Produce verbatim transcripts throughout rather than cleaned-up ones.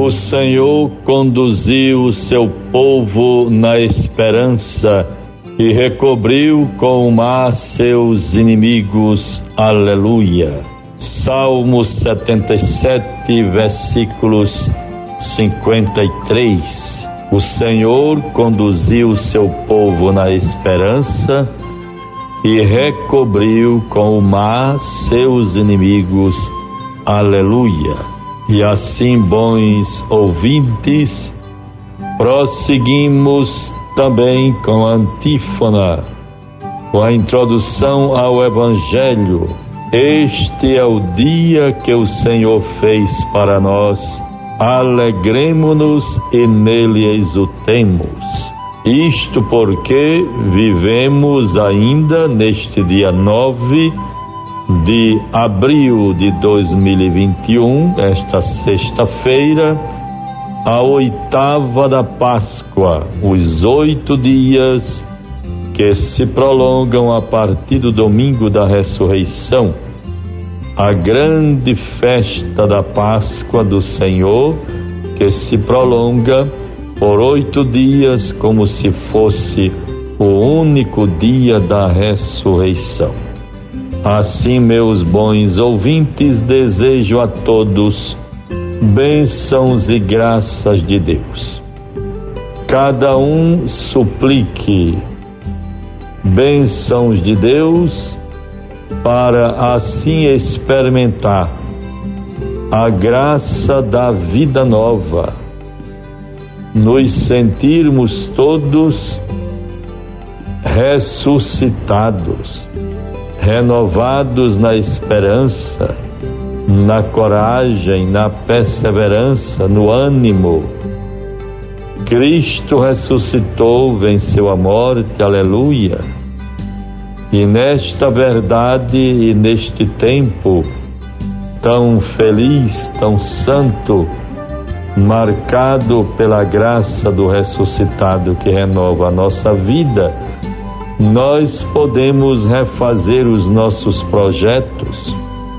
O Senhor conduziu o seu povo na esperança e recobriu com o mar seus inimigos. Aleluia. Salmo setenta e sete, versículos cinquenta e três. O Senhor conduziu o seu povo na esperança e recobriu com o mar seus inimigos. Aleluia. E assim, bons ouvintes, prosseguimos também com a antífona, com a introdução ao Evangelho. Este é o dia que o Senhor fez para nós, alegremo-nos e nele exultemos. Isto porque vivemos ainda neste dia nove de abril de dois mil e vinte e um, esta sexta-feira, a oitava da Páscoa, os oito dias que se prolongam a partir do domingo da ressurreição, a grande festa da Páscoa do Senhor, que se prolonga por oito dias como se fosse o único dia da ressurreição. Assim, meus bons ouvintes, desejo a todos bênçãos e graças de Deus. Cada um suplique bênçãos de Deus para assim experimentar a graça da vida nova, nos sentirmos todos ressuscitados, renovados na esperança, na coragem, na perseverança, no ânimo. Cristo ressuscitou, venceu a morte, aleluia. E nesta verdade e neste tempo tão feliz, tão santo, marcado pela graça do ressuscitado que renova a nossa vida, nós podemos refazer os nossos projetos,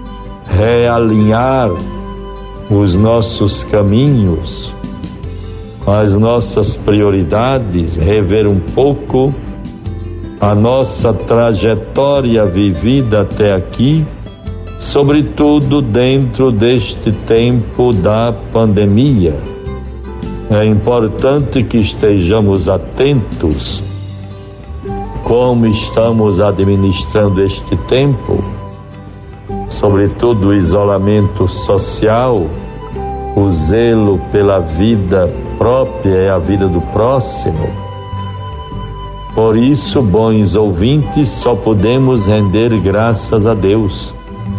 realinhar os nossos caminhos, as nossas prioridades, rever um pouco a nossa trajetória vivida até aqui, sobretudo dentro deste tempo da pandemia. É importante que estejamos atentos como estamos administrando este tempo, sobretudo o isolamento social, o zelo pela vida própria e a vida do próximo. Por isso, bons ouvintes, só podemos render graças a Deus.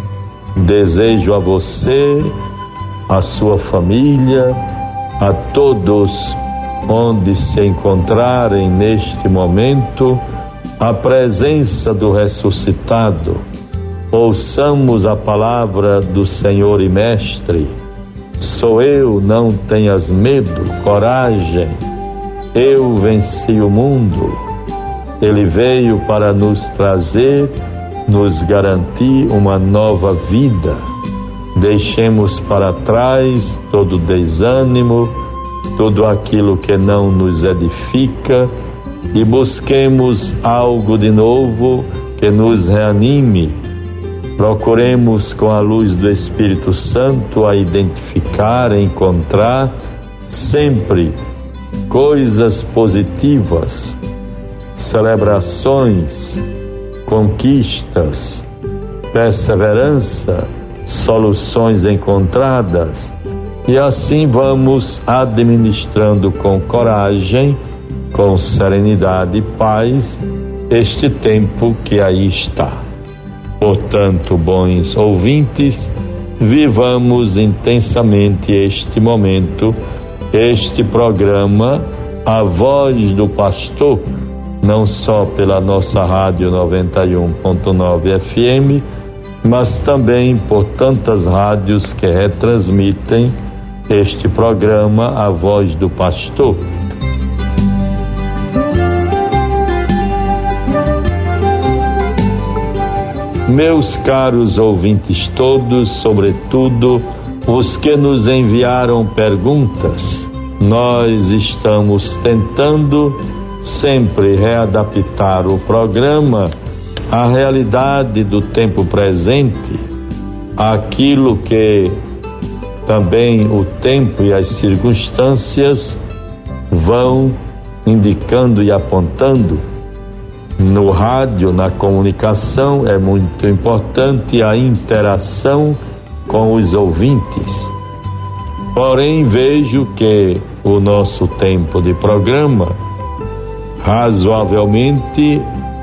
Desejo a você, a sua família, a todos onde se encontrarem neste momento, a presença do ressuscitado. Ouçamos a palavra do Senhor e Mestre. Sou eu, não tenhas medo, coragem, eu venci o mundo. Ele veio para nos trazer, nos garantir uma nova vida. Deixemos para trás todo desânimo, tudo aquilo que não nos edifica e busquemos algo de novo que nos reanime. Procuremos com a luz do Espírito Santo a identificar, a encontrar sempre coisas positivas, celebrações, conquistas, perseverança, soluções encontradas, e assim vamos administrando com coragem, com serenidade e paz este tempo que aí está. Portanto, bons ouvintes, vivamos intensamente este momento, este programa, A Voz do Pastor, não só pela nossa rádio noventa e um ponto nove F M, mas também por tantas rádios que retransmitem este programa, A Voz do Pastor. Meus caros ouvintes todos, sobretudo os que nos enviaram perguntas. Nós estamos tentando sempre readaptar o programa à realidade do tempo presente, aquilo que também o tempo e as circunstâncias vão indicando e apontando. No rádio, na comunicação, é muito importante a interação com os ouvintes. Porém, vejo que o nosso tempo de programa, razoavelmente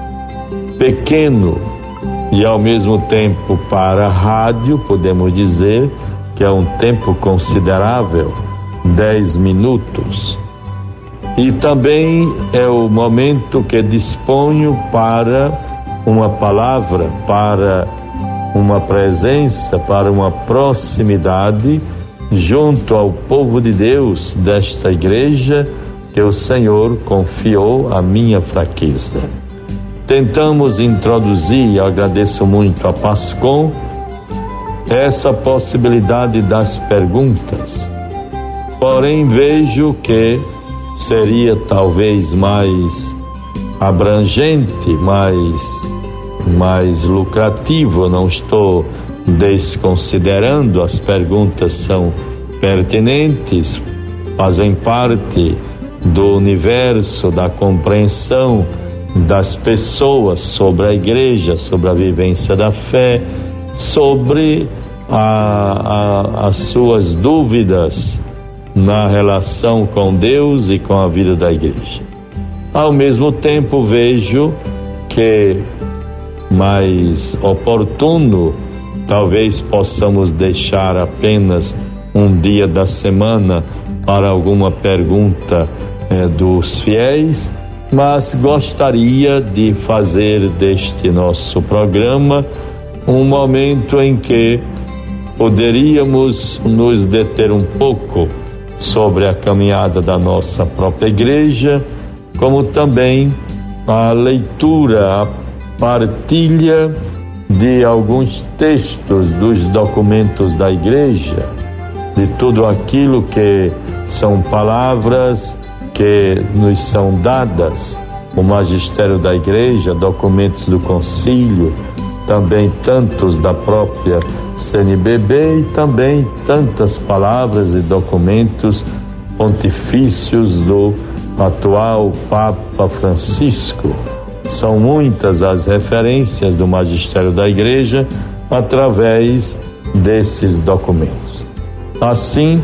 pequeno, e ao mesmo tempo para a rádio, podemos dizer que é um tempo considerável, dez minutos. E também é o momento que disponho para uma palavra, para uma presença, para uma proximidade junto ao povo de Deus desta igreja que o Senhor confiou à minha fraqueza. Tentamos introduzir, e agradeço muito a Pascom, essa possibilidade das perguntas. Porém, vejo que seria talvez mais abrangente, mais, mais lucrativo. Não estou desconsiderando, as perguntas são pertinentes, fazem parte do universo da compreensão das pessoas sobre a igreja, sobre a vivência da fé, sobre a, a, as suas dúvidas na relação com Deus e com a vida da igreja. Ao mesmo tempo, vejo que mais oportuno, talvez possamos deixar apenas um dia da semana para alguma pergunta eh, dos fiéis, mas gostaria de fazer deste nosso programa um momento em que poderíamos nos deter um pouco sobre a caminhada da nossa própria igreja, como também a leitura, a partilha de alguns textos dos documentos da igreja, de tudo aquilo que são palavras que nos são dadas, o magistério da igreja, documentos do concílio, também tantos da própria C N B B e também tantas palavras e documentos pontifícios do atual Papa Francisco. São muitas as referências do magistério da igreja através desses documentos. Assim,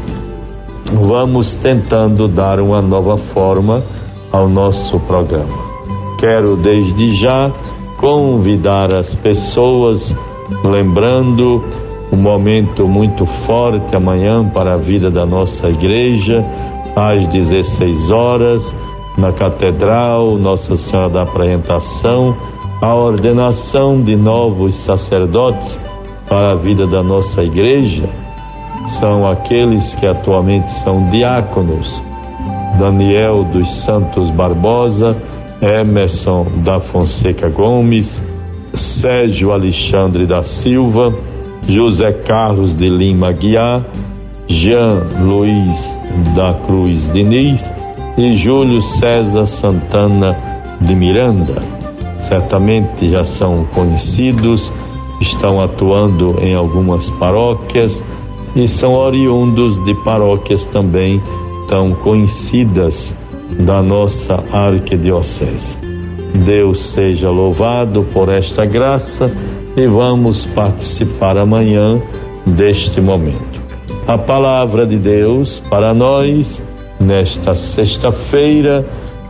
vamos tentando dar uma nova forma ao nosso programa. Quero desde já convidar as pessoas, lembrando um momento muito forte amanhã para a vida da nossa igreja, às dezesseis horas, na Catedral Nossa Senhora da Apresentação, a ordenação de novos sacerdotes para a vida da nossa igreja. São aqueles que atualmente são diáconos: Daniel dos Santos Barbosa, Emerson da Fonseca Gomes, Sérgio Alexandre da Silva, José Carlos de Lima Aguiar, Jean Luiz da Cruz Diniz e Júlio César Santana de Miranda. Certamente já são conhecidos, estão atuando em algumas paróquias e são oriundos de paróquias também tão conhecidas da nossa arquidiocese. Deus seja louvado por esta graça e vamos participar amanhã deste momento. A palavra de Deus para nós nesta sexta-feira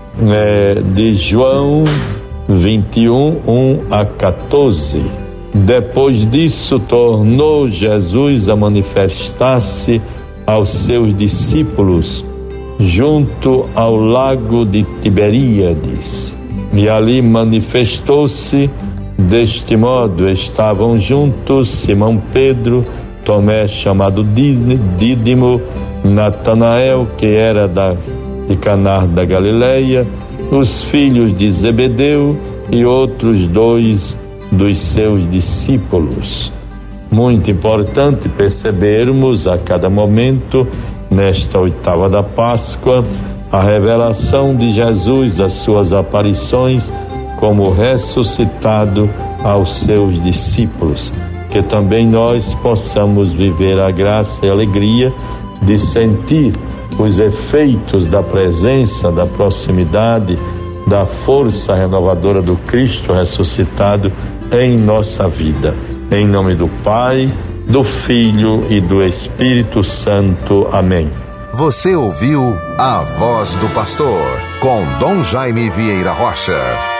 é de João vinte e um, um a quatorze. Depois disso, tornou Jesus a manifestar-se aos seus discípulos junto ao lago de Tiberíades. E ali manifestou-se deste modo: estavam juntos Simão Pedro, Tomé chamado Dídimo, Natanael, que era da, de Caná da Galileia, os filhos de Zebedeu e outros dois dos seus discípulos. Muito importante percebermos a cada momento, nesta oitava da Páscoa, a revelação de Jesus, as suas aparições como ressuscitado aos seus discípulos. Que também nós possamos viver a graça e a alegria de sentir os efeitos da presença, da proximidade, da força renovadora do Cristo ressuscitado em nossa vida. Em nome do Pai, do Filho e do Espírito Santo. Amém. Você ouviu A Voz do Pastor, com Dom Jaime Vieira Rocha.